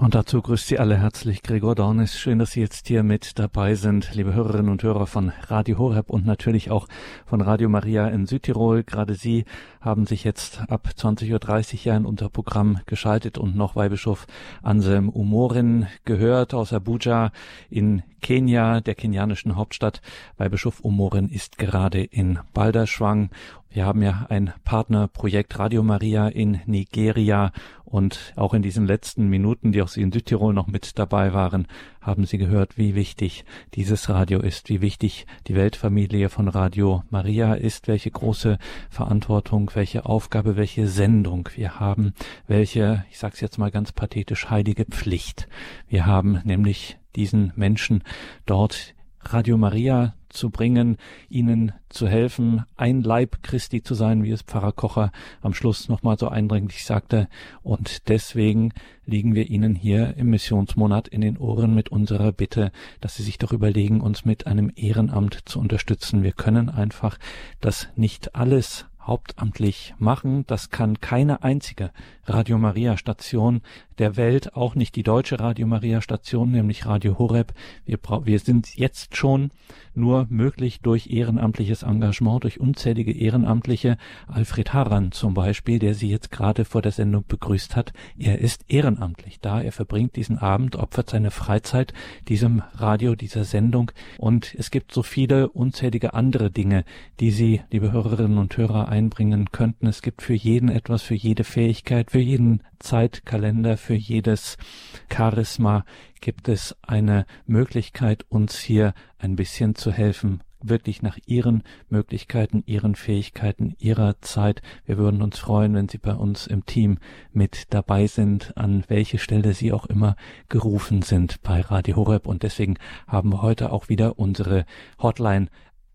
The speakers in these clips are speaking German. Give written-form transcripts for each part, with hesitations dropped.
Und dazu grüßt Sie alle herzlich Gregor Dornis. Schön, dass Sie jetzt hier mit dabei sind, liebe Hörerinnen und Hörer von Radio Horeb und natürlich auch von Radio Maria in Südtirol. Gerade Sie haben sich jetzt ab 20:30 Uhr hier ein Unterprogramm geschaltet und noch Weihbischof Anselm Umorin gehört aus Abuja in Kenia, der kenianischen Hauptstadt. Weihbischof Umorin ist gerade in Balderschwang. Wir haben ja ein Partnerprojekt Radio Maria in Nigeria und auch in diesen letzten Minuten, die auch Sie in Südtirol noch mit dabei waren, haben Sie gehört, wie wichtig dieses Radio ist, wie wichtig die Weltfamilie von Radio Maria ist, welche große Verantwortung, welche Aufgabe, welche Sendung wir haben, welche, ich sage es jetzt mal ganz pathetisch, heilige Pflicht. Wir haben nämlich diesen Menschen dort Radio Maria zu bringen, ihnen zu helfen, ein Leib Christi zu sein, wie es Pfarrer Kocher am Schluss nochmal so eindringlich sagte. Und deswegen liegen wir Ihnen hier im Missionsmonat in den Ohren mit unserer Bitte, dass Sie sich doch überlegen, uns mit einem Ehrenamt zu unterstützen. Wir können einfach das nicht alles hauptamtlich machen. Das kann keine einzige Radio Maria Station der Welt, auch nicht die deutsche Radio Maria Station, nämlich Radio Horeb. Wir sind jetzt schon nur möglich durch ehrenamtliches Engagement, durch unzählige Ehrenamtliche. Alfred Harran zum Beispiel, der Sie jetzt gerade vor der Sendung begrüßt hat, er ist ehrenamtlich da. Er verbringt diesen Abend, opfert seine Freizeit diesem Radio, dieser Sendung. Und es gibt so viele unzählige andere Dinge, die Sie, liebe Hörerinnen und Hörer, einbringen könnten. Es gibt für jeden etwas, für jede Fähigkeit, für jeden Zeitkalender, für jedes Charisma gibt es eine Möglichkeit, uns hier ein bisschen zu helfen, wirklich nach Ihren Möglichkeiten, Ihren Fähigkeiten, Ihrer Zeit. Wir würden uns freuen, wenn Sie bei uns im Team mit dabei sind, an welche Stelle Sie auch immer gerufen sind bei Radio Horeb. Und deswegen haben wir heute auch wieder unsere Hotline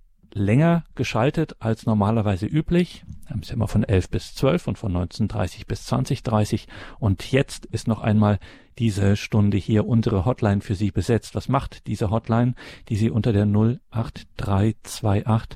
länger geschaltet als normalerweise üblich. Wir haben es immer von 11 bis 12 und von 19:30 bis 20:30. Und jetzt ist noch einmal diese Stunde hier unsere Hotline für Sie besetzt. Was macht diese Hotline, die Sie unter der 08328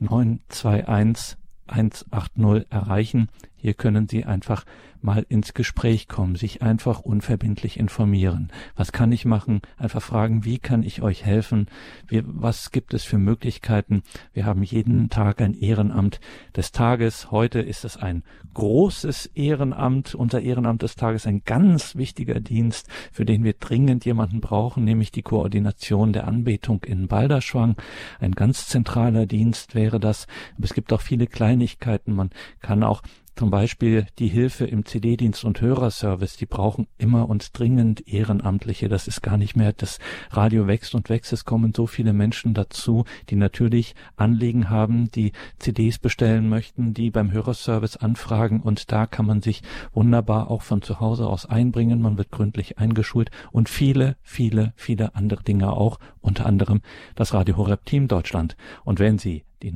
921 180 erreichen? Hier können Sie einfach mal ins Gespräch kommen, sich einfach unverbindlich informieren. Was kann ich machen? Einfach fragen, wie kann ich euch helfen? Was gibt es für Möglichkeiten? Wir haben jeden Tag ein Ehrenamt des Tages. Heute ist es ein großes Ehrenamt, unser Ehrenamt des Tages, ein ganz wichtiger Dienst, für den wir dringend jemanden brauchen, nämlich die Koordination der Anbetung in Balderschwang. Ein ganz zentraler Dienst wäre das. Aber es gibt auch viele Kleinigkeiten. Man kann auch zum Beispiel die Hilfe im CD-Dienst und Hörerservice, die brauchen immer und dringend Ehrenamtliche. Das ist gar nicht mehr, das Radio wächst und wächst. Es kommen so viele Menschen dazu, die natürlich Anliegen haben, die CDs bestellen möchten, die beim Hörerservice anfragen. Und da kann man sich wunderbar auch von zu Hause aus einbringen. Man wird gründlich eingeschult und viele, viele, viele andere Dinge auch, unter anderem das Radio Horeb Team Deutschland. Und wenn Sie die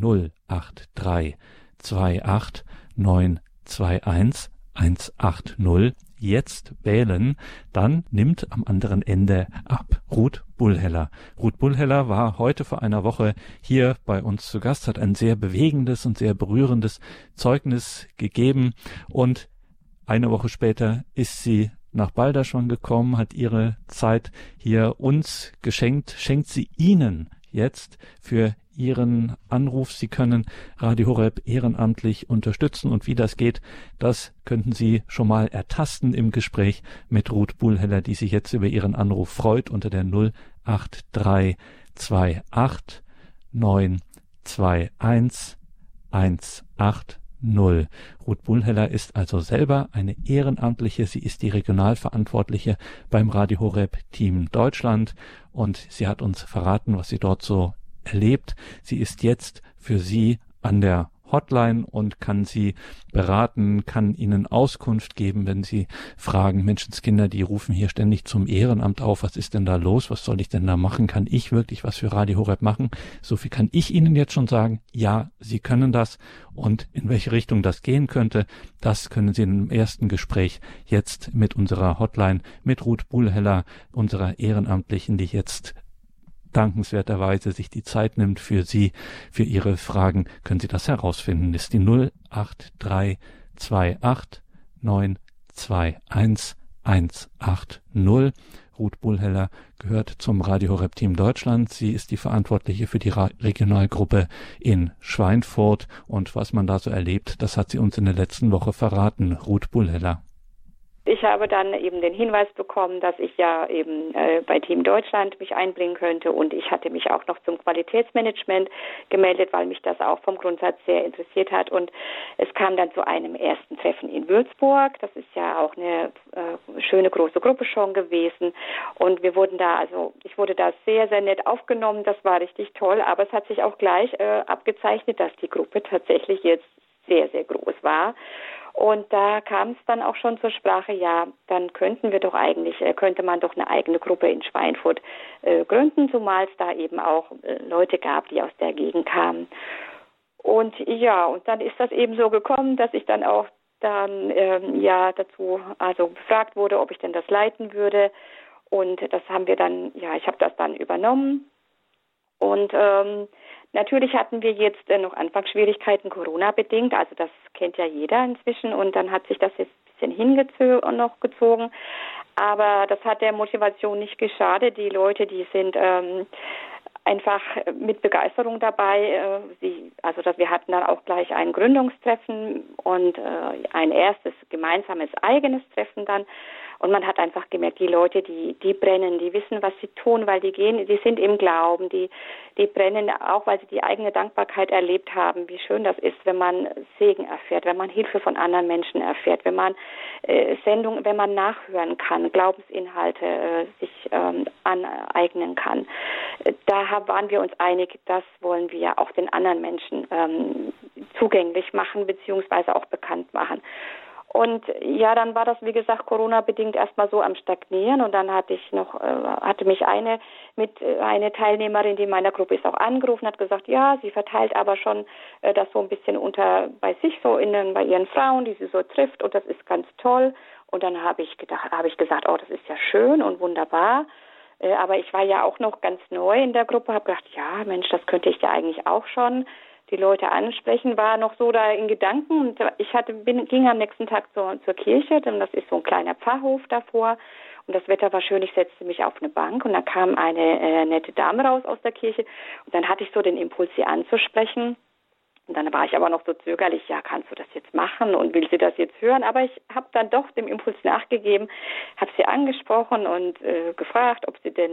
08328 921 180 jetzt wählen, dann nimmt am anderen Ende ab Ruth Bullheller. Ruth Bullheller war heute vor einer Woche hier bei uns zu Gast, hat ein sehr bewegendes und sehr berührendes Zeugnis gegeben und eine Woche später ist sie nach Balderschwang gekommen, hat ihre Zeit hier uns geschenkt, schenkt sie Ihnen jetzt für Ihren Anruf. Sie können Radio Horeb ehrenamtlich unterstützen und wie das geht, das könnten Sie schon mal ertasten im Gespräch mit Ruth Bullheller, die sich jetzt über Ihren Anruf freut unter der 08328 921 180. Ruth Bullheller ist also selber eine Ehrenamtliche. Sie ist die Regionalverantwortliche beim Radio Horeb Team Deutschland und sie hat uns verraten, was sie dort so erlebt. Sie ist jetzt für Sie an der Hotline und kann Sie beraten, kann Ihnen Auskunft geben, wenn Sie fragen, Menschenskinder, die rufen hier ständig zum Ehrenamt auf, was ist denn da los, was soll ich denn da machen, kann ich wirklich was für Radio Horeb machen? So viel kann ich Ihnen jetzt schon sagen, ja, Sie können das und in welche Richtung das gehen könnte, das können Sie im ersten Gespräch jetzt mit unserer Hotline, mit Ruth Bullheller, unserer Ehrenamtlichen, die jetzt dankenswerterweise sich die Zeit nimmt für Sie, für Ihre Fragen, können Sie das herausfinden. Das ist die 08328 921 180. Ruth Bullheller gehört zum Radio Horeb Team Deutschland. Sie ist die Verantwortliche für die Regionalgruppe in Schweinfurt. Und was man da so erlebt, das hat sie uns in der letzten Woche verraten. Ruth Bullheller. Ich habe dann eben den Hinweis bekommen, dass ich ja eben bei Team Deutschland mich einbringen könnte, und ich hatte mich auch noch zum Qualitätsmanagement gemeldet, weil mich das auch vom Grundsatz sehr interessiert hat, und es kam dann zu einem ersten Treffen in Würzburg. Das ist ja auch eine schöne große Gruppe schon gewesen, und ich wurde da sehr, sehr nett aufgenommen. Das war richtig toll, aber es hat sich auch gleich abgezeichnet, dass die Gruppe tatsächlich jetzt sehr, sehr groß war. Und da kam es dann auch schon zur Sprache, ja, dann könnte man doch eine eigene Gruppe in Schweinfurt gründen, zumal es da eben auch Leute gab, die aus der Gegend kamen. Und ja, und dann ist das eben so gekommen, dass ich dann auch dazu befragt wurde, ob ich denn das leiten würde. Und das haben wir dann, ich habe das dann übernommen. Und natürlich hatten wir jetzt noch Anfangsschwierigkeiten, Corona-bedingt, also das kennt ja jeder inzwischen, und dann hat sich das jetzt ein bisschen gezogen, aber das hat der Motivation nicht geschadet. Die Leute, die sind einfach mit Begeisterung dabei. Wir hatten dann auch gleich ein Gründungstreffen und ein erstes gemeinsames eigenes Treffen dann. Und man hat einfach gemerkt, die Leute, die brennen, die wissen, was sie tun, weil die sind im Glauben, die brennen auch, weil sie die eigene Dankbarkeit erlebt haben, wie schön das ist, wenn man Segen erfährt, wenn man Hilfe von anderen Menschen erfährt, wenn man wenn man nachhören kann, Glaubensinhalte sich aneignen kann. Da waren wir uns einig, das wollen wir auch den anderen Menschen zugänglich machen, beziehungsweise auch bekannt machen. Und ja, dann war das, wie gesagt, Corona-bedingt erstmal so am Stagnieren, und dann hatte mich eine Teilnehmerin, die in meiner Gruppe ist, auch angerufen, hat gesagt, ja, sie verteilt aber schon das so ein bisschen bei sich, so bei ihren Frauen, die sie so trifft, und das ist ganz toll. Und dann habe ich gesagt, oh, das ist ja schön und wunderbar. Aber ich war ja auch noch ganz neu in der Gruppe, habe gedacht, ja, Mensch, das könnte ich ja eigentlich auch schon. Die Leute ansprechen, war noch so da in Gedanken, und ich ging am nächsten Tag zur Kirche, denn das ist so ein kleiner Pfarrhof davor, und das Wetter war schön. Ich setzte mich auf eine Bank, und dann kam eine nette Dame raus aus der Kirche, und dann hatte ich so den Impuls, sie anzusprechen. Und dann war ich aber noch so zögerlich, ja, kannst du das jetzt machen, und will sie das jetzt hören? Aber ich habe dann doch dem Impuls nachgegeben, habe sie angesprochen und gefragt, ob sie denn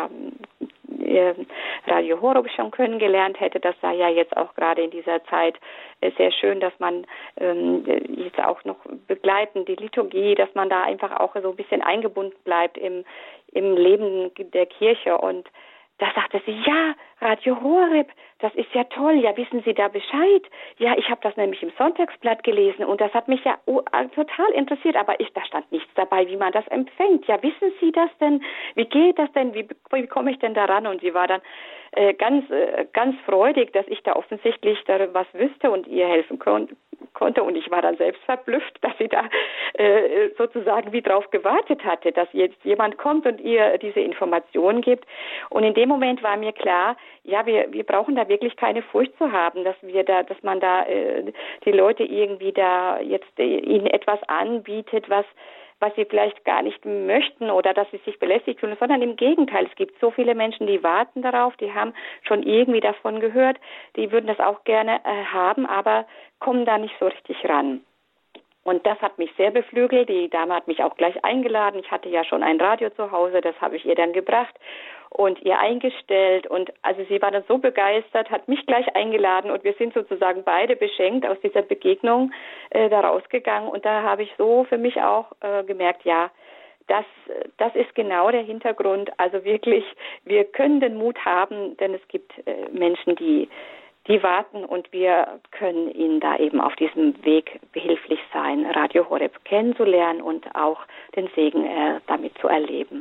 Radio Horeb schon kennengelernt hätte. Das sei ja jetzt auch gerade in dieser Zeit sehr schön, dass man jetzt auch noch begleitend die Liturgie, dass man da einfach auch so ein bisschen eingebunden bleibt im Leben der Kirche. Und da sagte sie, ja, Radio Horeb, das ist ja toll, ja, wissen Sie da Bescheid? Ja, ich habe das nämlich im Sonntagsblatt gelesen, und das hat mich ja total interessiert, aber da stand nichts dabei, wie man das empfängt. Ja, wissen Sie das denn? Wie geht das denn? Wie komme ich denn daran? Und sie war dann ganz freudig, dass ich da offensichtlich was wüsste und ihr helfen konnte, und ich war dann selbst verblüfft, dass sie da sozusagen wie drauf gewartet hatte, dass jetzt jemand kommt und ihr diese Informationen gibt. Und in dem Moment war mir klar, ja, wir brauchen da wirklich keine Furcht zu haben, dass man da die Leute irgendwie da jetzt ihnen etwas anbietet, was sie vielleicht gar nicht möchten, oder dass sie sich belästigt fühlen, sondern im Gegenteil. Es gibt so viele Menschen, die warten darauf, die haben schon irgendwie davon gehört, die würden das auch gerne haben, aber kommen da nicht so richtig ran. Und das hat mich sehr beflügelt. Die Dame hat mich auch gleich eingeladen. Ich hatte ja schon ein Radio zu Hause, das habe ich ihr dann gebracht und ihr eingestellt. Und also sie war dann so begeistert, hat mich gleich eingeladen, und wir sind sozusagen beide beschenkt aus dieser Begegnung da rausgegangen. Und da habe ich so für mich auch gemerkt, ja, das ist genau der Hintergrund. Also wirklich, wir können den Mut haben, denn es gibt Menschen, die warten, und wir können ihnen da eben auf diesem Weg behilflich sein, Radio Horeb kennenzulernen und auch den Segen damit zu erleben.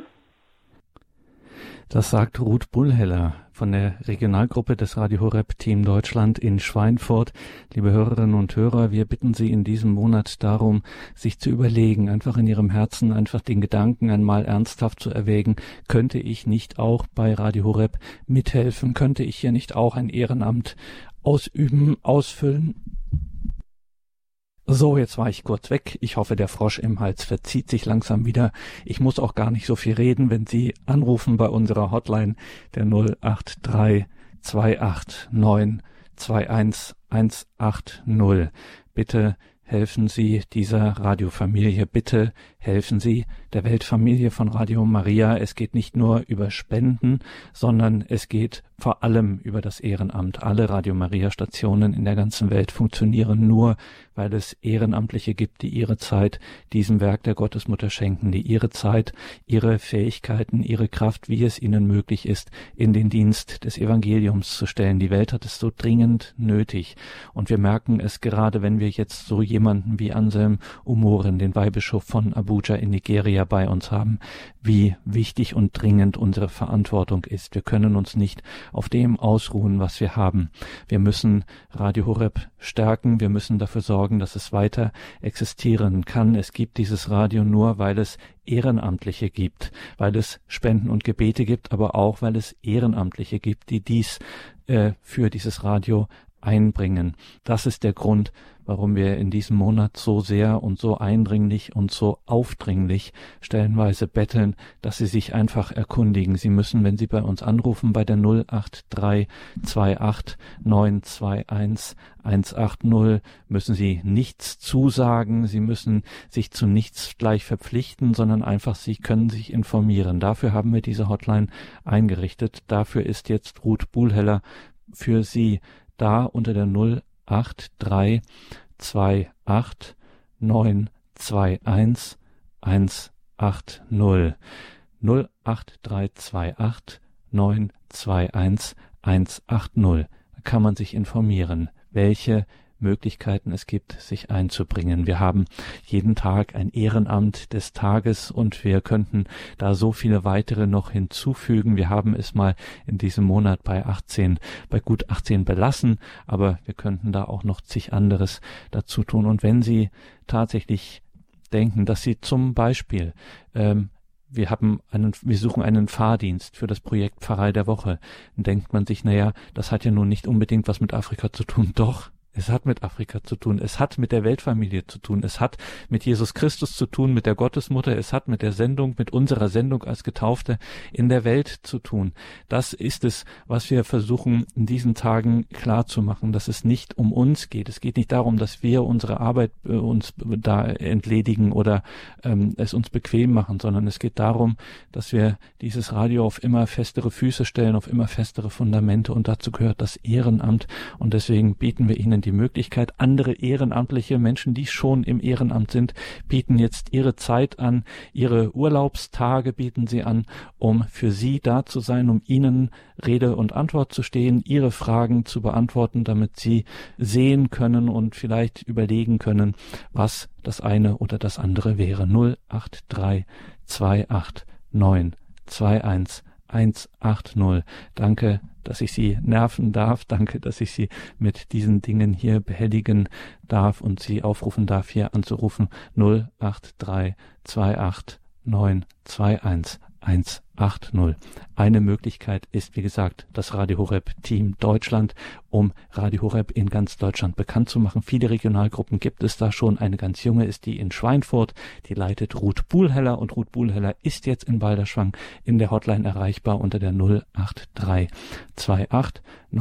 Das sagt Ruth Bullheller von der Regionalgruppe des Radio Horeb Team Deutschland in Schweinfurt. Liebe Hörerinnen und Hörer, wir bitten Sie in diesem Monat darum, sich zu überlegen, einfach in Ihrem Herzen einfach den Gedanken einmal ernsthaft zu erwägen, könnte ich nicht auch bei Radio Horeb mithelfen? Könnte ich hier nicht auch ein Ehrenamt ausüben, ausfüllen? So, jetzt war ich kurz weg. Ich hoffe, der Frosch im Hals verzieht sich langsam wieder. Ich muss auch gar nicht so viel reden, wenn Sie anrufen bei unserer Hotline der 083 289 21180. Bitte helfen Sie dieser Radiofamilie, bitte helfen Sie der Weltfamilie von Radio Maria. Es geht nicht nur über Spenden, sondern es geht vor allem über das Ehrenamt. Alle Radio Maria Stationen in der ganzen Welt funktionieren nur, weil es Ehrenamtliche gibt, die ihre Zeit diesem Werk der Gottesmutter schenken, die ihre Zeit, ihre Fähigkeiten, ihre Kraft, wie es ihnen möglich ist, in den Dienst des Evangeliums zu stellen. Die Welt hat es so dringend nötig. Und wir merken es gerade, wenn wir jetzt so jemanden wie Anselm Umoren, den Weihbischof von Abuja in Nigeria, bei uns haben, wie wichtig und dringend unsere Verantwortung ist. Wir können uns nicht auf dem ausruhen, was wir haben. Wir müssen Radio Horeb stärken. Wir müssen dafür sorgen, dass es weiter existieren kann. Es gibt dieses Radio nur, weil es Ehrenamtliche gibt, weil es Spenden und Gebete gibt, aber auch, weil es Ehrenamtliche gibt, die dies für dieses Radio einbringen. Das ist der Grund, warum wir in diesem Monat so sehr und so eindringlich und so aufdringlich stellenweise betteln, dass Sie sich einfach erkundigen. Sie müssen, wenn Sie bei uns anrufen, bei der 083 28 921 180, müssen Sie nichts zusagen, Sie müssen sich zu nichts gleich verpflichten, sondern einfach, Sie können sich informieren. Dafür haben wir diese Hotline eingerichtet. Dafür ist jetzt Ruth Buhlheller für Sie da unter der 083 28 921 180. 08328 921 180. Da kann man sich informieren, welche Möglichkeiten es gibt, sich einzubringen. Wir haben jeden Tag ein Ehrenamt des Tages und wir könnten da so viele weitere noch hinzufügen. Wir haben es mal in diesem Monat bei gut 18 belassen, aber wir könnten da auch noch zig anderes dazu tun. Und wenn Sie tatsächlich denken, dass Sie zum Beispiel wir suchen einen Fahrdienst für das Projekt Pfarrei der Woche. Dann denkt man sich, das hat ja nun nicht unbedingt was mit Afrika zu tun. Doch, es hat mit Afrika zu tun, es hat mit der Weltfamilie zu tun, es hat mit Jesus Christus zu tun, mit der Gottesmutter, es hat mit der Sendung, mit unserer Sendung als Getaufte in der Welt zu tun. Das ist es, was wir versuchen in diesen Tagen klar zu machen, dass es nicht um uns geht. Es geht nicht darum, dass wir unsere Arbeit uns da entledigen oder es uns bequem machen, sondern es geht darum, dass wir dieses Radio auf immer festere Füße stellen, auf immer festere Fundamente, und dazu gehört das Ehrenamt, und deswegen bieten wir Ihnen die Möglichkeit. Andere ehrenamtliche Menschen, die schon im Ehrenamt sind, bieten jetzt ihre Zeit an, ihre Urlaubstage bieten sie an, um für Sie da zu sein, um Ihnen Rede und Antwort zu stehen, Ihre Fragen zu beantworten, damit Sie sehen können und vielleicht überlegen können, was das eine oder das andere wäre. 083 28 921 180. Danke, dass ich Sie nerven darf. Danke, dass ich Sie mit diesen Dingen hier behelligen darf und Sie aufrufen darf, hier anzurufen. 083 28 921 180. Eine Möglichkeit ist, wie gesagt, das Radio Horeb Team Deutschland, um Radio Horeb in ganz Deutschland bekannt zu machen. Viele Regionalgruppen gibt es da schon. Eine ganz junge ist die in Schweinfurt, die leitet Ruth Buhlheller, und Ruth Buhlheller ist jetzt in Balderschwang in der Hotline erreichbar unter der 083 28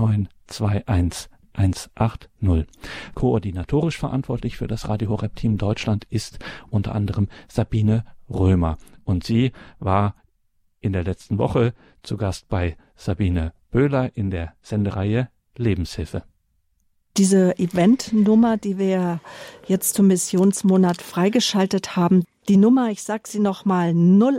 921 180. Koordinatorisch verantwortlich für das Radio Horeb Team Deutschland ist unter anderem Sabine Römer, und sie war in der letzten Woche zu Gast bei Sabine Böhler in der Sendereihe Lebenshilfe. Diese Eventnummer, die wir jetzt zum Missionsmonat freigeschaltet haben, die Nummer, ich sage sie nochmal,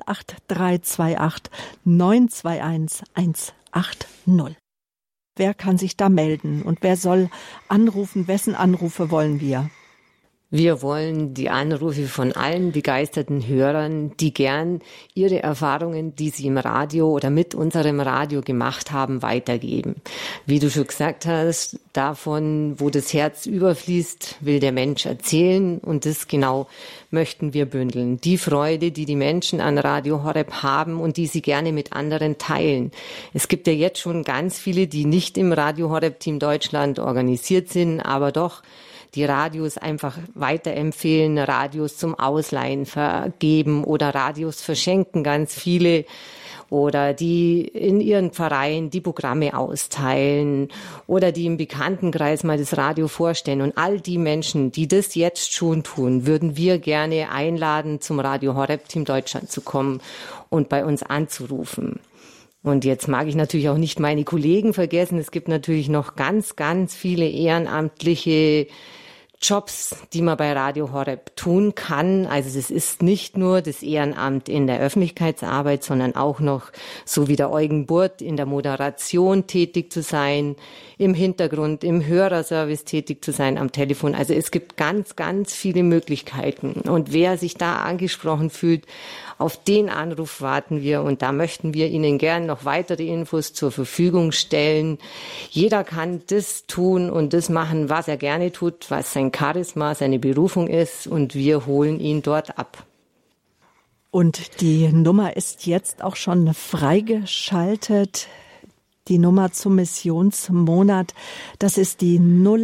08328 921 180. Wer kann sich da melden und wer soll anrufen? Wessen Anrufe wollen wir? Wir wollen die Anrufe von allen begeisterten Hörern, die gern ihre Erfahrungen, die sie im Radio oder mit unserem Radio gemacht haben, weitergeben. Wie du schon gesagt hast, davon, wo das Herz überfließt, will der Mensch erzählen, und das genau möchten wir bündeln. Die Freude, die die Menschen an Radio Horeb haben und die sie gerne mit anderen teilen. Es gibt ja jetzt schon ganz viele, die nicht im Radio Horeb Team Deutschland organisiert sind, aber doch die Radios einfach weiterempfehlen, Radios zum Ausleihen vergeben oder Radios verschenken, ganz viele. Oder die in ihren Vereinen die Programme austeilen oder die im Bekanntenkreis mal das Radio vorstellen. Und all die Menschen, die das jetzt schon tun, würden wir gerne einladen, zum Radio Horeb Team Deutschland zu kommen und bei uns anzurufen. Und jetzt mag ich natürlich auch nicht meine Kollegen vergessen. Es gibt natürlich noch ganz, ganz viele ehrenamtliche Jobs, die man bei Radio Horeb tun kann. Also es ist nicht nur das Ehrenamt in der Öffentlichkeitsarbeit, sondern auch noch, so wie der Eugen Burt, in der Moderation tätig zu sein, im Hintergrund, im Hörerservice tätig zu sein, am Telefon. Also es gibt ganz, ganz viele Möglichkeiten. Und wer sich da angesprochen fühlt, auf den Anruf warten wir und da möchten wir Ihnen gern noch weitere Infos zur Verfügung stellen. Jeder kann das tun und das machen, was er gerne tut, was sein Charisma, seine Berufung ist, und wir holen ihn dort ab. Und die Nummer ist jetzt auch schon freigeschaltet. Die Nummer zum Missionsmonat, das ist die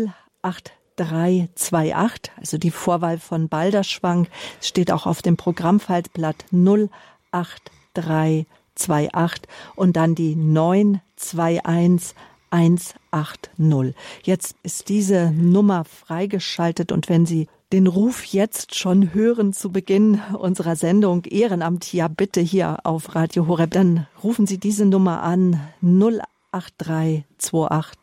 08328, also die Vorwahl von Balderschwang, steht auch auf dem Programmfaltblatt 08328 und dann die 921180. Jetzt ist diese Nummer freigeschaltet und wenn Sie den Ruf jetzt schon hören zu Beginn unserer Sendung Ehrenamt, ja bitte hier auf Radio Horeb, dann rufen Sie diese Nummer an 08328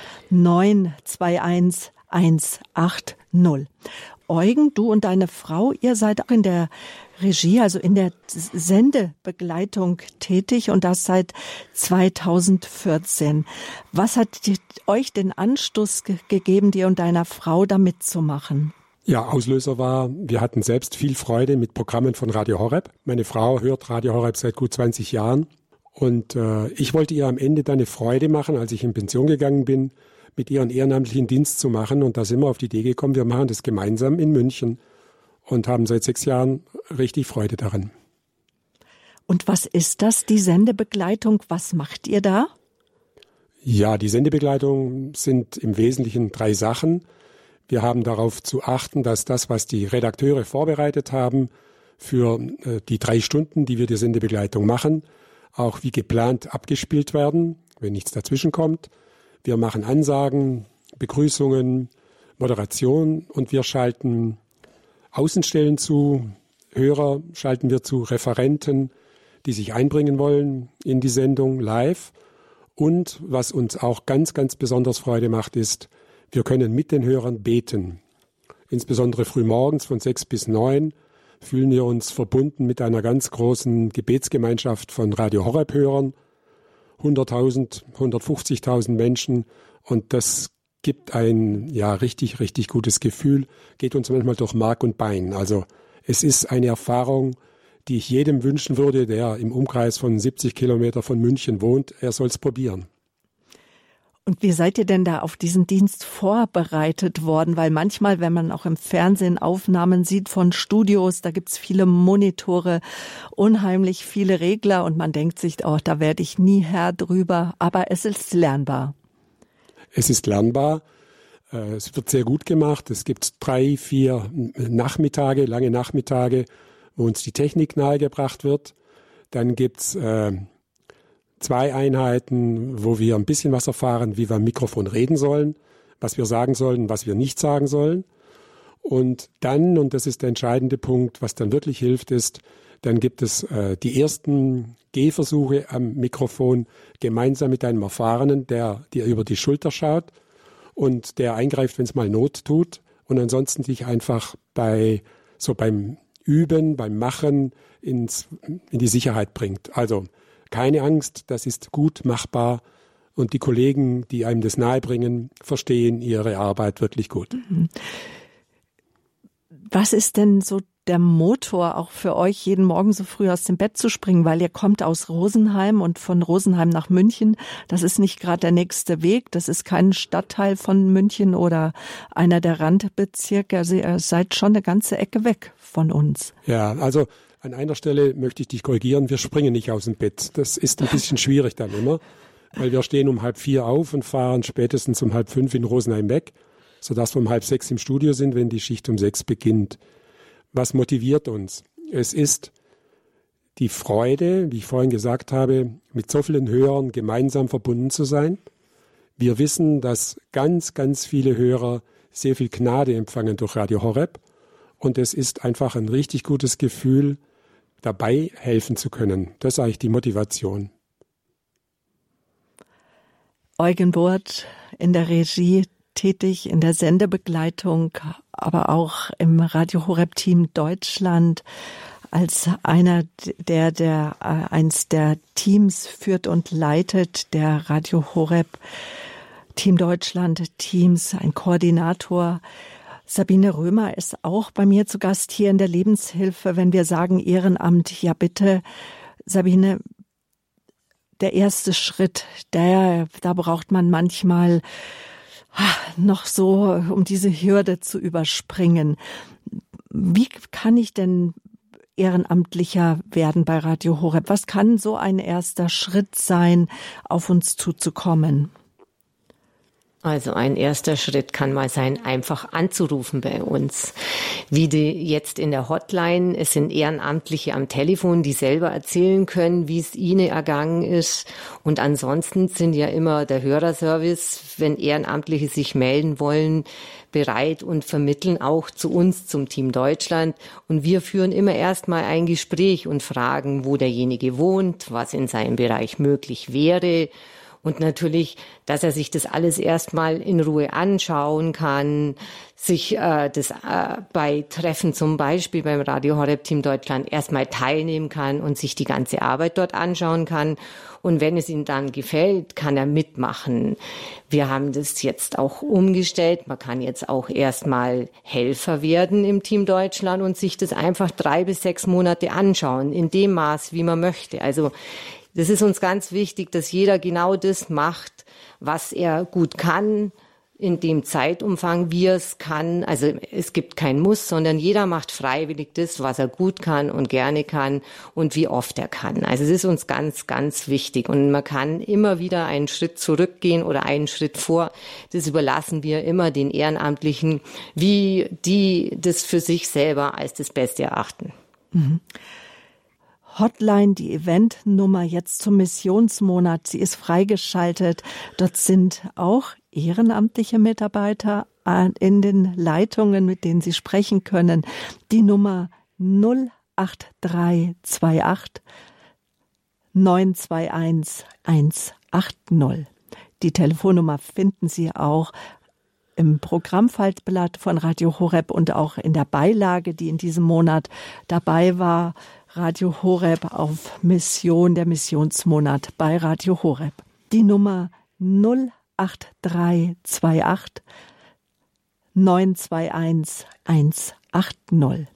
921 180. Eugen, du und deine Frau, ihr seid auch in der Regie, also in der Sendebegleitung tätig und das seit 2014. Was hat euch den Anstoß gegeben, dir und deiner Frau da mitzumachen? Ja, Auslöser war, wir hatten selbst viel Freude mit Programmen von Radio Horeb. Meine Frau hört Radio Horeb seit gut 20 Jahren und ich wollte ihr am Ende dann eine Freude machen, als ich in Pension gegangen bin, mit ihren ehrenamtlichen Dienst zu machen. Und da sind wir auf die Idee gekommen, wir machen das gemeinsam in München und haben seit 6 Jahren richtig Freude daran. Und was ist das, die Sendebegleitung? Was macht ihr da? Ja, die Sendebegleitung sind im Wesentlichen 3 Sachen. Wir haben darauf zu achten, dass das, was die Redakteure vorbereitet haben für die 3 Stunden, die wir die Sendebegleitung machen, auch wie geplant abgespielt werden, wenn nichts dazwischen kommt. Wir machen Ansagen, Begrüßungen, Moderation und wir schalten Außenstellen zu, Hörer schalten wir zu, Referenten, die sich einbringen wollen in die Sendung live. Und was uns auch ganz, ganz besonders Freude macht, ist, wir können mit den Hörern beten. Insbesondere frühmorgens von 6 bis 9 fühlen wir uns verbunden mit einer ganz großen Gebetsgemeinschaft von Radio Horeb-Hörern. 100.000, 150.000 Menschen und das gibt ein richtig, richtig gutes Gefühl, geht uns manchmal durch Mark und Bein. Also es ist eine Erfahrung, die ich jedem wünschen würde, der im Umkreis von 70 Kilometer von München wohnt, er soll es probieren. Und wie seid ihr denn da auf diesen Dienst vorbereitet worden? Weil manchmal, wenn man auch im Fernsehen Aufnahmen sieht von Studios, da gibt's viele Monitore, unheimlich viele Regler und man denkt sich, oh, da werde ich nie Herr drüber. Aber es ist lernbar. Es ist lernbar. Es wird sehr gut gemacht. Es gibt 3, 4 Nachmittage, lange Nachmittage, wo uns die Technik nahegebracht wird. Dann gibt's 2 Einheiten, wo wir ein bisschen was erfahren, wie wir am Mikrofon reden sollen, was wir sagen sollen, was wir nicht sagen sollen. Und dann, und das ist der entscheidende Punkt, was dann wirklich hilft, ist, dann gibt es die ersten Gehversuche am Mikrofon gemeinsam mit einem Erfahrenen, der dir über die Schulter schaut und der eingreift, wenn es mal Not tut und ansonsten dich einfach beim Üben, beim Machen in die Sicherheit bringt. Also keine Angst, das ist gut machbar und die Kollegen, die einem das nahebringen, verstehen ihre Arbeit wirklich gut. Was ist denn so der Motor auch für euch, jeden Morgen so früh aus dem Bett zu springen? Weil ihr kommt aus Rosenheim und von Rosenheim nach München, das ist nicht gerade der nächste Weg, das ist kein Stadtteil von München oder einer der Randbezirke. Also ihr seid schon eine ganze Ecke weg von uns. Ja, also an einer Stelle möchte ich dich korrigieren, wir springen nicht aus dem Bett. Das ist ein bisschen schwierig dann immer, weil wir stehen um 3:30 auf und fahren spätestens um 4:30 in Rosenheim weg, sodass wir um 5:30 im Studio sind, wenn die Schicht um 6 beginnt. Was motiviert uns? Es ist die Freude, wie ich vorhin gesagt habe, mit so vielen Hörern gemeinsam verbunden zu sein. Wir wissen, dass ganz, ganz viele Hörer sehr viel Gnade empfangen durch Radio Horeb. Und es ist einfach ein richtig gutes Gefühl, dabei helfen zu können. Das ist eigentlich die Motivation. Eugen Burt in der Regie tätig, in der Sendebegleitung, aber auch im Radio Horeb Team Deutschland als einer, der eins der Teams führt und leitet, der Radio Horeb Team Deutschland Teams, ein Koordinator. Sabine Römer ist auch bei mir zu Gast hier in der Lebenshilfe. Wenn wir sagen Ehrenamt, ja bitte, Sabine, der erste Schritt, da braucht man manchmal noch so, um diese Hürde zu überspringen. Wie kann ich denn Ehrenamtlicher werden bei Radio Horeb? Was kann so ein erster Schritt sein, auf uns zuzukommen? Also ein erster Schritt kann mal sein, einfach anzurufen bei uns. Wie die jetzt in der Hotline, es sind Ehrenamtliche am Telefon, die selber erzählen können, wie es ihnen ergangen ist. Und ansonsten sind ja immer der Hörerservice, wenn Ehrenamtliche sich melden wollen, bereit und vermitteln auch zu uns, zum Team Deutschland. Und wir führen immer erstmal ein Gespräch und fragen, wo derjenige wohnt, was in seinem Bereich möglich wäre. Und natürlich, dass er sich das alles erstmal in Ruhe anschauen kann, sich bei Treffen zum Beispiel beim Radio Horeb Team Deutschland erstmal teilnehmen kann und sich die ganze Arbeit dort anschauen kann. Und wenn es ihm dann gefällt, kann er mitmachen. Wir haben das jetzt auch umgestellt. Man kann jetzt auch erstmal Helfer werden im Team Deutschland und sich das einfach 3 bis 6 Monate anschauen, in dem Maß, wie man möchte. Also das ist uns ganz wichtig, dass jeder genau das macht, was er gut kann, in dem Zeitumfang, wie er es kann. Also es gibt kein Muss, sondern jeder macht freiwillig das, was er gut kann und gerne kann und wie oft er kann. Also es ist uns ganz, ganz wichtig. Und man kann immer wieder einen Schritt zurückgehen oder einen Schritt vor. Das überlassen wir immer den Ehrenamtlichen, wie die das für sich selber als das Beste erachten. Mhm. Hotline, die Eventnummer jetzt zum Missionsmonat. Sie ist freigeschaltet. Dort sind auch ehrenamtliche Mitarbeiter in den Leitungen, mit denen Sie sprechen können. Die Nummer 08328 921 180. Die Telefonnummer finden Sie auch im Programmfaltblatt von Radio Horeb und auch in der Beilage, die in diesem Monat dabei war. Radio Horeb auf Mission, der Missionsmonat bei Radio Horeb. Die Nummer 08328 921 180.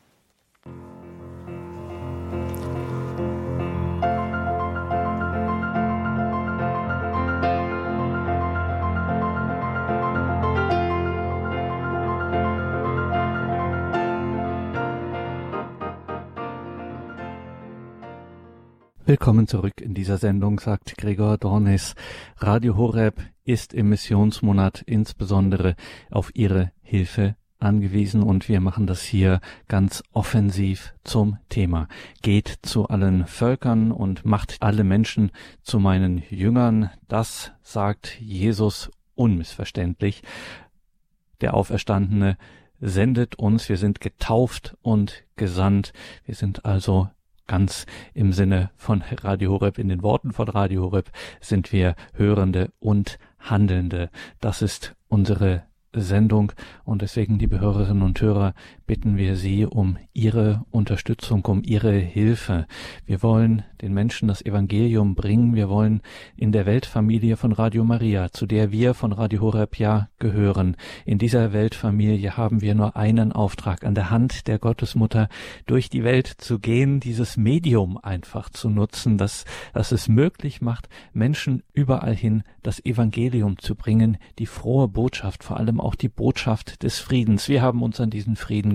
Willkommen zurück in dieser Sendung, sagt Gregor Dornis. Radio Horeb ist im Missionsmonat insbesondere auf Ihre Hilfe angewiesen und wir machen das hier ganz offensiv zum Thema. Geht zu allen Völkern und macht alle Menschen zu meinen Jüngern. Das sagt Jesus unmissverständlich. Der Auferstandene sendet uns. Wir sind getauft und gesandt. Wir sind also ganz im Sinne von Radio Horeb, in den Worten von Radio Horeb sind wir Hörende und Handelnde. Das ist unsere Sendung und deswegen, liebe Hörerinnen und Hörer, bitten wir Sie um Ihre Unterstützung, um Ihre Hilfe. Wir wollen den Menschen das Evangelium bringen. Wir wollen in der Weltfamilie von Radio Maria, zu der wir von Radio Horeb ja gehören. In dieser Weltfamilie haben wir nur einen Auftrag, an der Hand der Gottesmutter durch die Welt zu gehen, dieses Medium einfach zu nutzen, das es möglich macht, Menschen überall hin das Evangelium zu bringen, die frohe Botschaft, vor allem auch die Botschaft des Friedens. Wir haben uns an diesen Frieden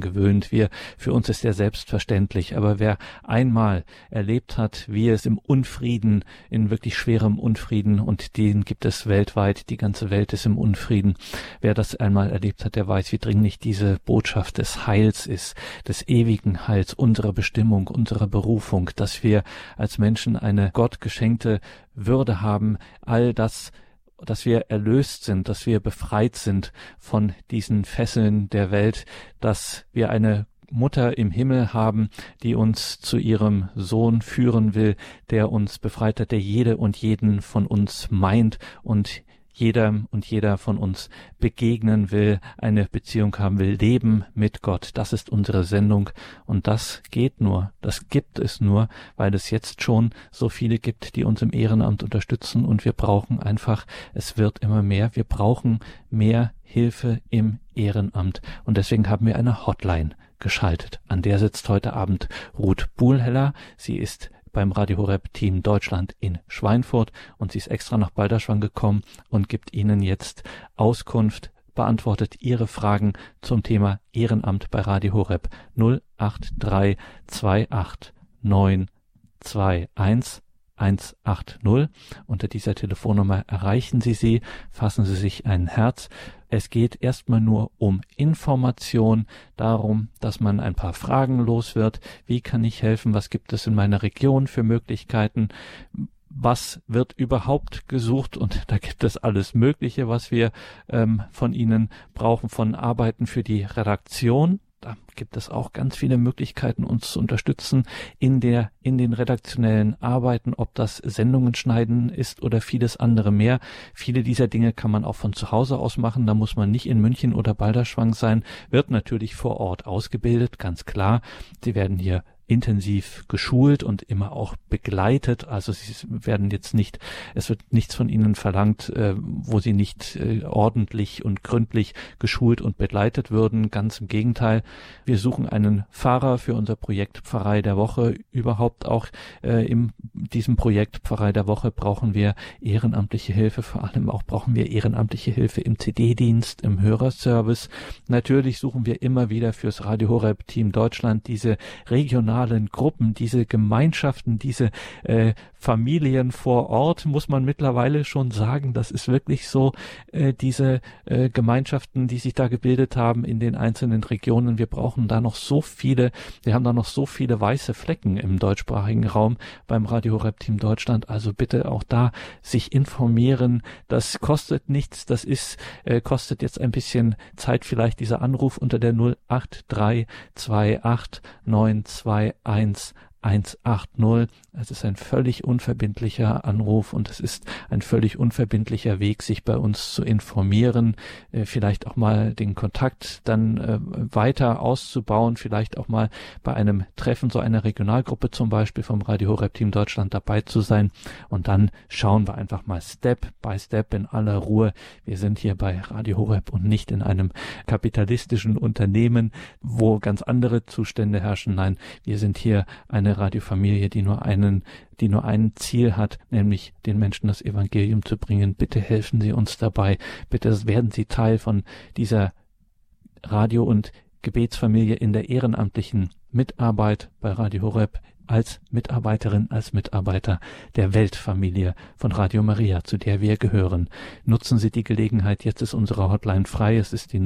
gewöhnt. Für uns ist er selbstverständlich. Aber wer einmal erlebt hat, wie es im Unfrieden, in wirklich schwerem Unfrieden, und den gibt es weltweit, die ganze Welt ist im Unfrieden. Wer das einmal erlebt hat, der weiß, wie dringlich diese Botschaft des Heils ist, des ewigen Heils, unserer Bestimmung, unserer Berufung, dass wir als Menschen eine Gott geschenkte Würde haben, all das, dass wir erlöst sind, dass wir befreit sind von diesen Fesseln der Welt, dass wir eine Mutter im Himmel haben, die uns zu ihrem Sohn führen will, der uns befreit hat, der jede und jeden von uns meint und jeder von uns begegnen will, eine Beziehung haben will, leben mit Gott. Das ist unsere Sendung und das gibt es nur, weil es jetzt schon so viele gibt, die uns im Ehrenamt unterstützen und wir brauchen einfach, es wird immer mehr, wir brauchen mehr Hilfe im Ehrenamt und deswegen haben wir eine Hotline geschaltet. An der sitzt heute Abend Ruth Buhlheller. Sie ist beim Radio Horeb Team Deutschland in Schweinfurt und sie ist extra nach Balderschwang gekommen und gibt Ihnen jetzt Auskunft, beantwortet Ihre Fragen zum Thema Ehrenamt bei Radio Horeb 08328 921 180. Unter dieser Telefonnummer erreichen Sie sie, fassen Sie sich ein Herz. Es geht erstmal nur um Information, darum, dass man ein paar Fragen los wird. Wie kann ich helfen? Was gibt es in meiner Region für Möglichkeiten? Was wird überhaupt gesucht? Und da gibt es alles Mögliche, was wir von Ihnen brauchen, von Arbeiten für die Redaktion. Da gibt es auch ganz viele Möglichkeiten, uns zu unterstützen in den redaktionellen Arbeiten, ob das Sendungen schneiden ist oder vieles andere mehr. Viele dieser Dinge kann man auch von zu Hause aus machen. Da muss man nicht in München oder Balderschwang sein. Wird natürlich vor Ort ausgebildet, ganz klar. Sie werden hier intensiv geschult und immer auch begleitet. Also es wird nichts von Ihnen verlangt, wo Sie nicht ordentlich und gründlich geschult und begleitet würden. Ganz im Gegenteil. Wir suchen einen Pfarrer für unser Projekt Pfarrei der Woche. Überhaupt auch in diesem Projekt Pfarrei der Woche brauchen wir ehrenamtliche Hilfe. Vor allem auch brauchen wir ehrenamtliche Hilfe im CD-Dienst, im Hörerservice. Natürlich suchen wir immer wieder fürs Radio Horeb Team Deutschland diese regionalen Gruppen, diese Gemeinschaften, diese Familien vor Ort, muss man mittlerweile schon sagen. Das ist wirklich so, diese Gemeinschaften, die sich da gebildet haben in den einzelnen Regionen. Wir haben da noch so viele weiße Flecken im deutschsprachigen Raum beim Radio Horeb Team Deutschland. Also bitte auch da sich informieren. Das kostet nichts. Das kostet jetzt ein bisschen Zeit vielleicht, dieser Anruf unter der 08328 921 180. Es ist ein völlig unverbindlicher Anruf und es ist ein völlig unverbindlicher Weg, sich bei uns zu informieren, vielleicht auch mal den Kontakt dann weiter auszubauen, vielleicht auch mal bei einem Treffen so einer Regionalgruppe zum Beispiel vom Radio Horeb Team Deutschland dabei zu sein und dann schauen wir einfach mal Step by Step in aller Ruhe. Wir sind hier bei Radio Horeb und nicht in einem kapitalistischen Unternehmen, wo ganz andere Zustände herrschen. Nein, wir sind hier eine Radiofamilie, die nur ein Ziel hat, nämlich den Menschen das Evangelium zu bringen. Bitte helfen Sie uns dabei. Bitte werden Sie Teil von dieser Radio- und Gebetsfamilie in der ehrenamtlichen Mitarbeit bei Radio Horeb als Mitarbeiterin, als Mitarbeiter der Weltfamilie von Radio Maria, zu der wir gehören. Nutzen Sie die Gelegenheit. Jetzt ist unsere Hotline frei. Es ist die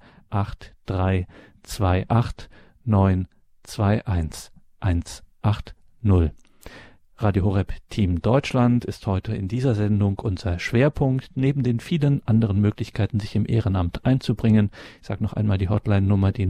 08328 921 180. Radio Horeb Team Deutschland ist heute in dieser Sendung unser Schwerpunkt, neben den vielen anderen Möglichkeiten, sich im Ehrenamt einzubringen. Ich sage noch einmal die Hotline-Nummer, die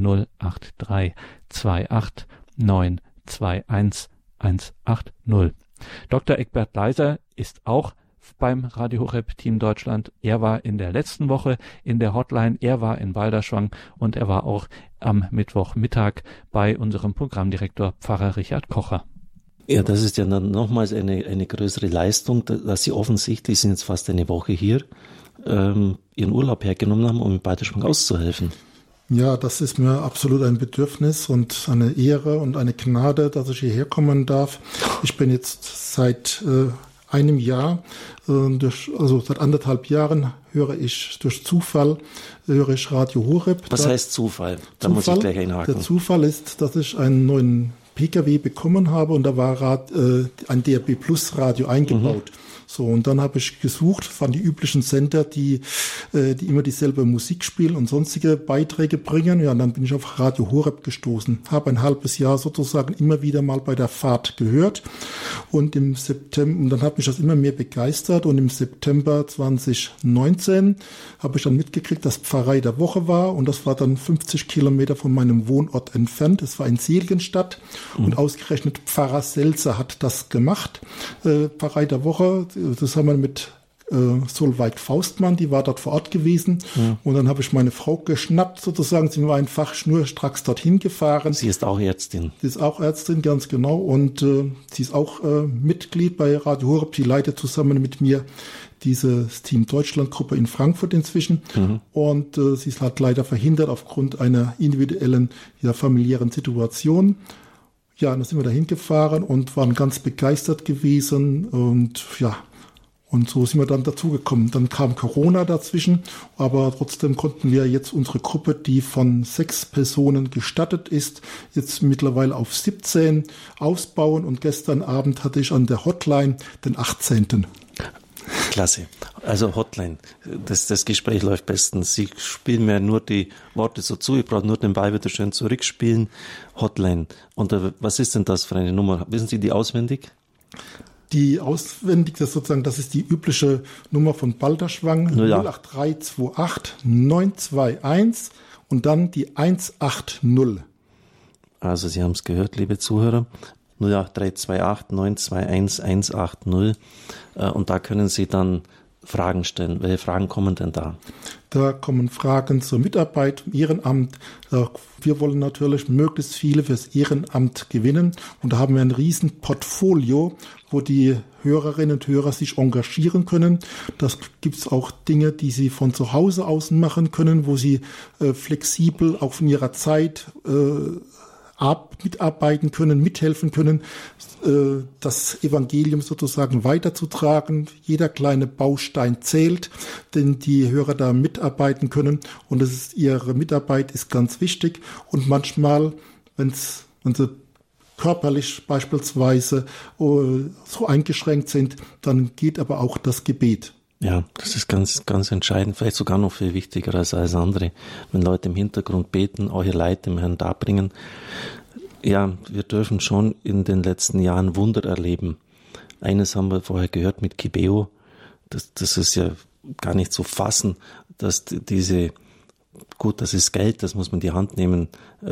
08328 921 180. Dr. Egbert Leiser ist auch beim Radio Horeb Team Deutschland. Er war in der letzten Woche in der Hotline, er war in Balderschwang und er war auch am Mittwochmittag bei unserem Programmdirektor Pfarrer Richard Kocher. Ja, das ist ja dann nochmals eine größere Leistung, dass Sie offensichtlich, sind jetzt fast eine Woche hier, Ihren Urlaub hergenommen haben, um in Balderschwang auszuhelfen. Ja, das ist mir absolut ein Bedürfnis und eine Ehre und eine Gnade, dass ich hierher kommen darf. Ich bin jetzt seit einem Jahr, also seit 1,5 Jahren höre ich durch Zufall Radio Horeb. Was heißt Zufall? Da muss ich gleich einhaken. Der Zufall ist, dass ich einen neuen PKW bekommen habe und da war ein DAB Plus Radio eingebaut. So, und dann habe ich gesucht, waren die üblichen Sender, die immer dieselbe Musik spielen und sonstige Beiträge bringen. Ja, und dann bin ich auf Radio Horeb gestoßen, habe ein halbes Jahr sozusagen immer wieder mal bei der Fahrt gehört und im September, und dann hat mich das immer mehr begeistert und im September 2019 habe ich dann mitgekriegt, dass Pfarrei der Woche war und das war dann 50 Kilometer von meinem Wohnort entfernt. Es war in Seligenstadt und ausgerechnet Pfarrer Selzer hat das gemacht. Pfarrei der Woche, das haben wir mit Solveig Faustmann, die war dort vor Ort gewesen. Ja. Und dann habe ich meine Frau geschnappt sozusagen. Sie war einfach schnurstracks dorthin gefahren. Sie ist auch Ärztin. Sie ist auch Ärztin, ganz genau. Und sie ist auch Mitglied bei Radio Horeb. Sie leitet zusammen mit mir diese Team Deutschland-Gruppe in Frankfurt inzwischen. Und sie ist halt leider verhindert aufgrund einer individuellen, familiären Situation. Ja, dann sind wir dahin gefahren und waren ganz begeistert gewesen und so sind wir dann dazugekommen. Dann kam Corona dazwischen, aber trotzdem konnten wir jetzt unsere Gruppe, die von 6 Personen gestattet ist, jetzt mittlerweile auf 17 ausbauen und gestern Abend hatte ich an der Hotline den 18. Klasse. Also Hotline, das Gespräch läuft bestens. Sie spielen mir nur die Worte so zu, ich brauche nur den Ball wieder schön zurückspielen. Hotline. Und was ist denn das für eine Nummer? Wissen Sie die auswendig? Die auswendig, das ist die übliche Nummer von Balderschwang, 08328 921 und dann die 180. Also Sie haben es gehört, liebe Zuhörer. 08328 921 180 und da können Sie dann Fragen stellen. Welche Fragen kommen denn da? Da kommen Fragen zur Mitarbeit im Ehrenamt. Wir wollen natürlich möglichst viele fürs Ehrenamt gewinnen und da haben wir ein riesen Portfolio, wo die Hörerinnen und Hörer sich engagieren können. Das gibt's auch Dinge, die sie von zu Hause aus machen können, wo sie flexibel auch von ihrer Zeit mitarbeiten können, mithelfen können, das Evangelium sozusagen weiterzutragen. Jeder kleine Baustein zählt, denn die Hörer da mitarbeiten können und ihre Mitarbeit ist ganz wichtig und manchmal, wenn sie körperlich beispielsweise so eingeschränkt sind, dann geht aber auch das Gebet. Ja, das ist ganz, ganz entscheidend, vielleicht sogar noch viel wichtiger als alles andere, wenn Leute im Hintergrund beten, auch ihr Leid dem Herrn darbringen. Ja, wir dürfen schon in den letzten Jahren Wunder erleben. Eines haben wir vorher gehört mit Kibeo, das ist ja gar nicht zu fassen, dass das ist Geld, das muss man in die Hand nehmen,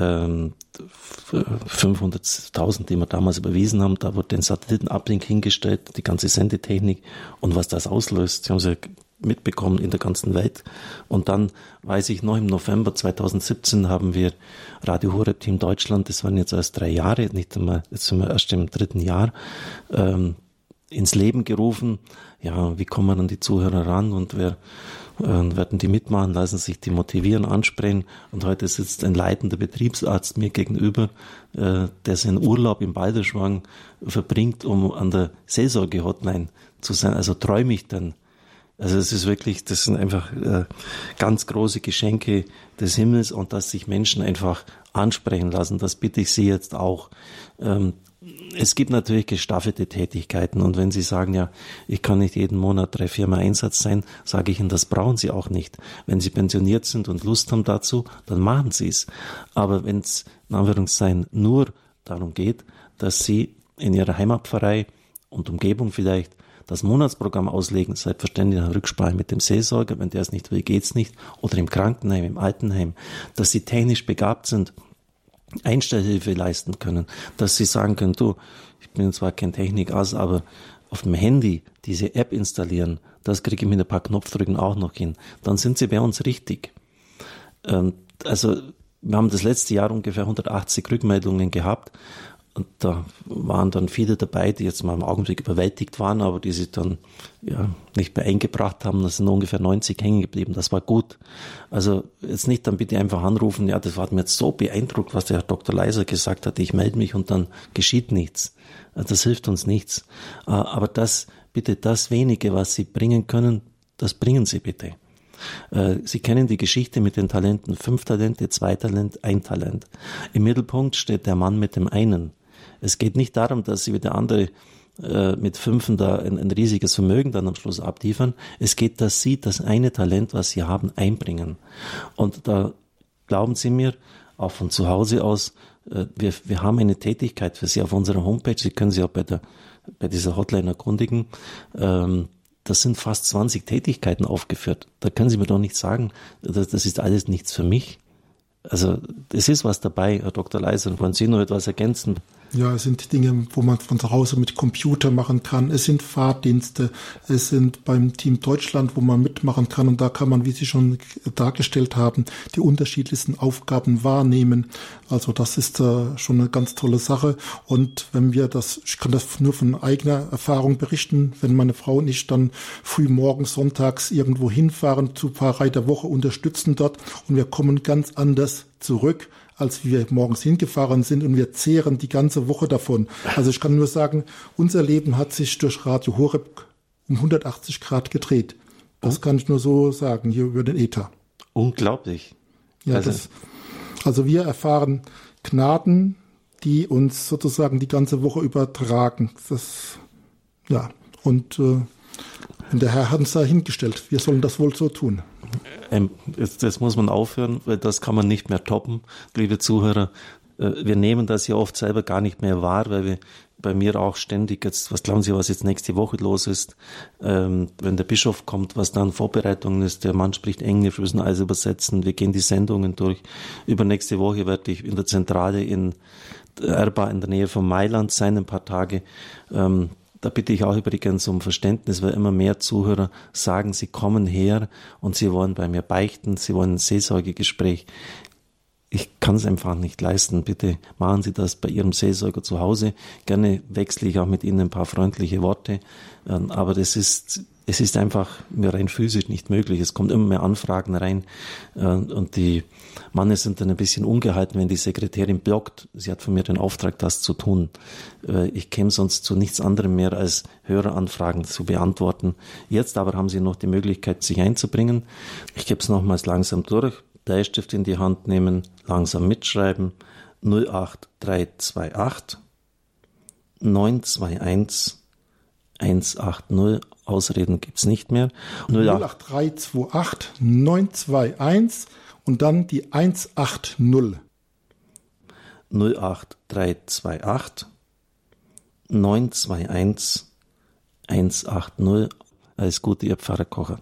500.000, die wir damals überwiesen haben, da wurde den Satellitenablink hingestellt, die ganze Sendetechnik und was das auslöst, Sie haben sie mitbekommen in der ganzen Welt. Und dann weiß ich noch, im November 2017 haben wir Radio Horeb Team Deutschland, das waren jetzt erst 3 Jahre, nicht einmal, jetzt sind wir erst im 3. Jahr, ins Leben gerufen. Ja, wie kommen wir an die Zuhörer ran und werden die mitmachen, lassen sich die motivieren, ansprechen. Und heute sitzt ein leitender Betriebsarzt mir gegenüber, der seinen Urlaub im Balderschwang verbringt, um an der Seelsorge-Hotline zu sein. Also träume ich dann. Also es ist wirklich, das sind einfach ganz große Geschenke des Himmels und dass sich Menschen einfach ansprechen lassen, das bitte ich Sie jetzt auch. Es gibt natürlich gestaffelte Tätigkeiten und wenn Sie sagen, ja, ich kann nicht jeden Monat 3-4 Mal Einsatz sein, sage ich Ihnen, das brauchen Sie auch nicht. Wenn Sie pensioniert sind und Lust haben dazu, dann machen Sie es. Aber wenn es in Anführungszeichen nur darum geht, dass Sie in Ihrer Heimatpfarrei und Umgebung vielleicht das Monatsprogramm auslegen, selbstverständlich in Rücksprache mit dem Seelsorger, wenn der es nicht will, geht's nicht, oder im Krankenheim, im Altenheim, dass Sie technisch begabt sind, Einstellhilfe leisten können, dass Sie sagen können, du, ich bin zwar kein Technikass, aber auf dem Handy diese App installieren, das kriege ich mit ein paar Knopfdrücken auch noch hin, dann sind Sie bei uns richtig. Also wir haben das letzte Jahr ungefähr 180 Rückmeldungen gehabt Und da waren dann viele dabei, die jetzt mal im Augenblick überwältigt waren, aber die sich dann nicht mehr eingebracht haben. Das sind ungefähr 90 hängen geblieben. Das war gut. Also jetzt nicht dann bitte einfach anrufen, ja, das hat mir jetzt so beeindruckt, was der Herr Dr. Leiser gesagt hat, ich melde mich und dann geschieht nichts. Das hilft uns nichts. Aber das wenige, was Sie bringen können, das bringen Sie bitte. Sie kennen die Geschichte mit den Talenten. 5 Talente, 2 Talent, 1 Talent. Im Mittelpunkt steht der Mann mit dem einen. Es geht nicht darum, dass Sie wie der andere mit 5 da ein riesiges Vermögen dann am Schluss abliefern. Es geht, dass Sie das eine Talent, was Sie haben, einbringen. Und da glauben Sie mir, auch von zu Hause aus, wir haben eine Tätigkeit für Sie auf unserer Homepage. Sie können sich auch bei dieser Hotline erkundigen. Das sind fast 20 Tätigkeiten aufgeführt. Da können Sie mir doch nicht sagen, das ist alles nichts für mich. Also es ist was dabei, Herr Dr. Leiser. Wollen Sie noch etwas ergänzen? Ja, es sind Dinge, wo man von zu Hause mit Computer machen kann. Es sind Fahrdienste. Es sind beim Team Deutschland, wo man mitmachen kann. Und da kann man, wie Sie schon dargestellt haben, die unterschiedlichsten Aufgaben wahrnehmen. Also das ist schon eine ganz tolle Sache. Und wenn ich kann das nur von eigener Erfahrung berichten, wenn meine Frau und ich dann früh morgens, sonntags irgendwo hinfahren, zu Pfarrei der Woche unterstützen dort. Und wir kommen ganz anders zurück, als wir morgens hingefahren sind, und wir zehren die ganze Woche davon. Also ich kann nur sagen, unser Leben hat sich durch Radio Horeb um 180 Grad gedreht. Das kann ich nur so sagen, hier über den Äther. Unglaublich. Ja, also wir erfahren Gnaden, die uns sozusagen die ganze Woche übertragen. Und der Herr hat uns da hingestellt. Wir sollen das wohl so tun. Das muss man aufhören, weil das kann man nicht mehr toppen, liebe Zuhörer. Wir nehmen das ja oft selber gar nicht mehr wahr, weil wir bei mir auch ständig jetzt, was glauben Sie, was jetzt nächste Woche los ist, wenn der Bischof kommt, was dann Vorbereitungen ist, der Mann spricht Englisch, wir müssen alles übersetzen, wir gehen die Sendungen durch. Übernächste Woche werde ich in der Zentrale in Erba in der Nähe von Mailand sein, ein paar Tage. Da bitte ich auch übrigens um Verständnis, weil immer mehr Zuhörer sagen, sie kommen her und sie wollen bei mir beichten, sie wollen ein Seelsorgegespräch. Ich kann es einfach nicht leisten. Bitte machen Sie das bei Ihrem Seelsorger zu Hause. Gerne wechsle ich auch mit Ihnen ein paar freundliche Worte. Aber es ist einfach mir rein physisch nicht möglich. Es kommt immer mehr Anfragen rein und die Männer sind dann ein bisschen ungehalten, wenn die Sekretärin blockt. Sie hat von mir den Auftrag, das zu tun. Ich käme sonst zu nichts anderem mehr, als Höreranfragen zu beantworten. Jetzt aber haben Sie noch die Möglichkeit, sich einzubringen. Ich gebe es nochmals langsam durch. Bleistift in die Hand nehmen, langsam mitschreiben. 08328 921 180. Ausreden gibt's nicht mehr. 08328 921 und dann die 180. 08328 921 180. Alles Gute, Ihr Pfarrer Kocher.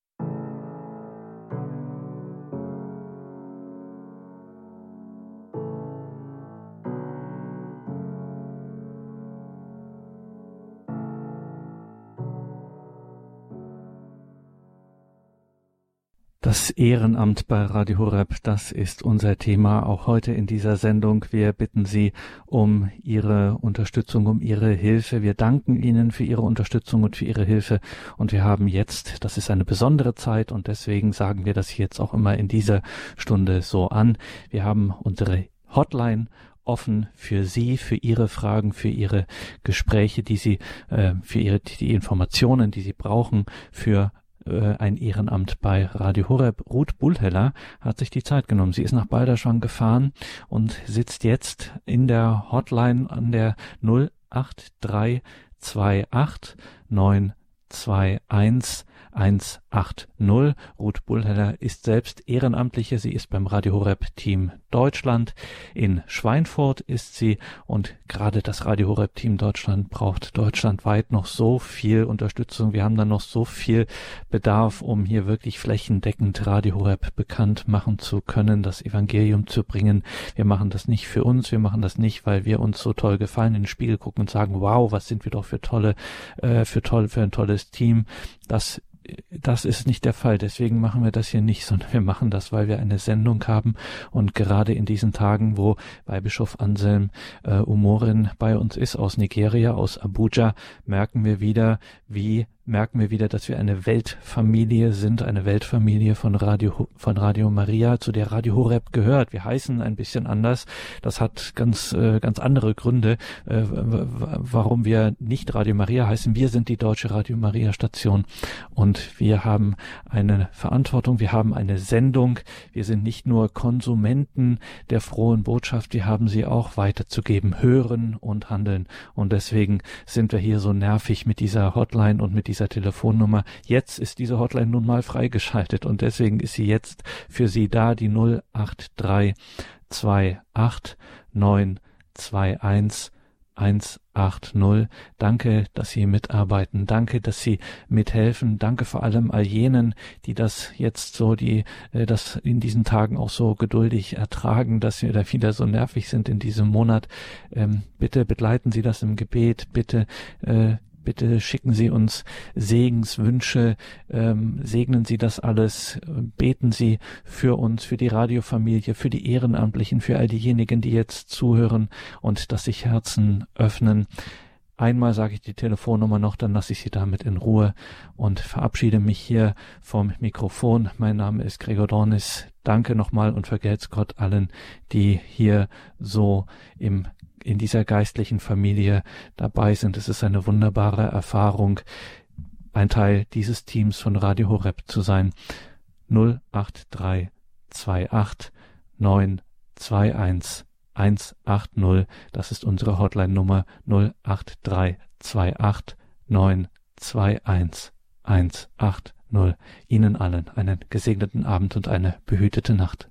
Das Ehrenamt bei Radio Horeb, das ist unser Thema auch heute in dieser Sendung. Wir bitten Sie um Ihre Unterstützung, um Ihre Hilfe. Wir danken Ihnen für Ihre Unterstützung und für Ihre Hilfe. Und wir haben jetzt, das ist eine besondere Zeit und deswegen sagen wir das jetzt auch immer in dieser Stunde so an. Wir haben unsere Hotline offen für Sie, für Ihre Fragen, für Ihre Gespräche, die die Informationen, die Sie brauchen für ein Ehrenamt bei Radio Horeb. Ruth Bullheller hat sich die Zeit genommen. Sie ist nach Balderschwang gefahren und sitzt jetzt in der Hotline an der 08328 921 180. Ruth Bullheller ist selbst Ehrenamtliche. Sie ist beim Radio Horeb Team Deutschland. In Schweinfurt ist sie und gerade das Radio Horeb Team Deutschland braucht deutschlandweit noch so viel Unterstützung. Wir haben da noch so viel Bedarf, um hier wirklich flächendeckend Radio Horeb bekannt machen zu können, das Evangelium zu bringen. Wir machen das nicht für uns, wir machen das nicht, weil wir uns so toll gefallen, in den Spiegel gucken und sagen, wow, was sind wir doch für ein tolles Team. Das das ist nicht der Fall. Deswegen machen wir das hier nicht, sondern wir machen das, weil wir eine Sendung haben. Und gerade in diesen Tagen, wo Weihbischof Anselm Umorin bei uns ist, aus Nigeria, aus Abuja, merken wir wieder, dass wir eine Weltfamilie sind, eine Weltfamilie von Radio Maria, zu der Radio Horeb gehört. Wir heißen ein bisschen anders. Das hat ganz andere Gründe, warum wir nicht Radio Maria heißen. Wir sind die deutsche Radio Maria Station und wir haben eine Verantwortung, wir haben eine Sendung. Wir sind nicht nur Konsumenten der frohen Botschaft, wir haben sie auch weiterzugeben, hören und handeln. Und deswegen sind wir hier so nervig mit dieser Hotline und mit dieser Telefonnummer. Jetzt ist diese Hotline nun mal freigeschaltet und deswegen ist sie jetzt für Sie da, die 08328 921 180. Danke, dass Sie mitarbeiten. Danke, dass Sie mithelfen. Danke vor allem all jenen, die das jetzt so, das in diesen Tagen auch so geduldig ertragen, dass wir da wieder so nervig sind in diesem Monat. Bitte begleiten Sie das im Gebet. Bitte schicken Sie uns Segenswünsche, segnen Sie das alles, beten Sie für uns, für die Radiofamilie, für die Ehrenamtlichen, für all diejenigen, die jetzt zuhören und dass sich Herzen öffnen. Einmal sage ich die Telefonnummer noch, dann lasse ich Sie damit in Ruhe und verabschiede mich hier vom Mikrofon. Mein Name ist Gregor Dornis. Danke nochmal und vergelt's Gott allen, die hier so in dieser geistlichen Familie dabei sind. Es ist eine wunderbare Erfahrung, ein Teil dieses Teams von Radio Horeb zu sein. 08328 921 180. Das ist unsere Hotline-Nummer 08328 921 180. Ihnen allen einen gesegneten Abend und eine behütete Nacht.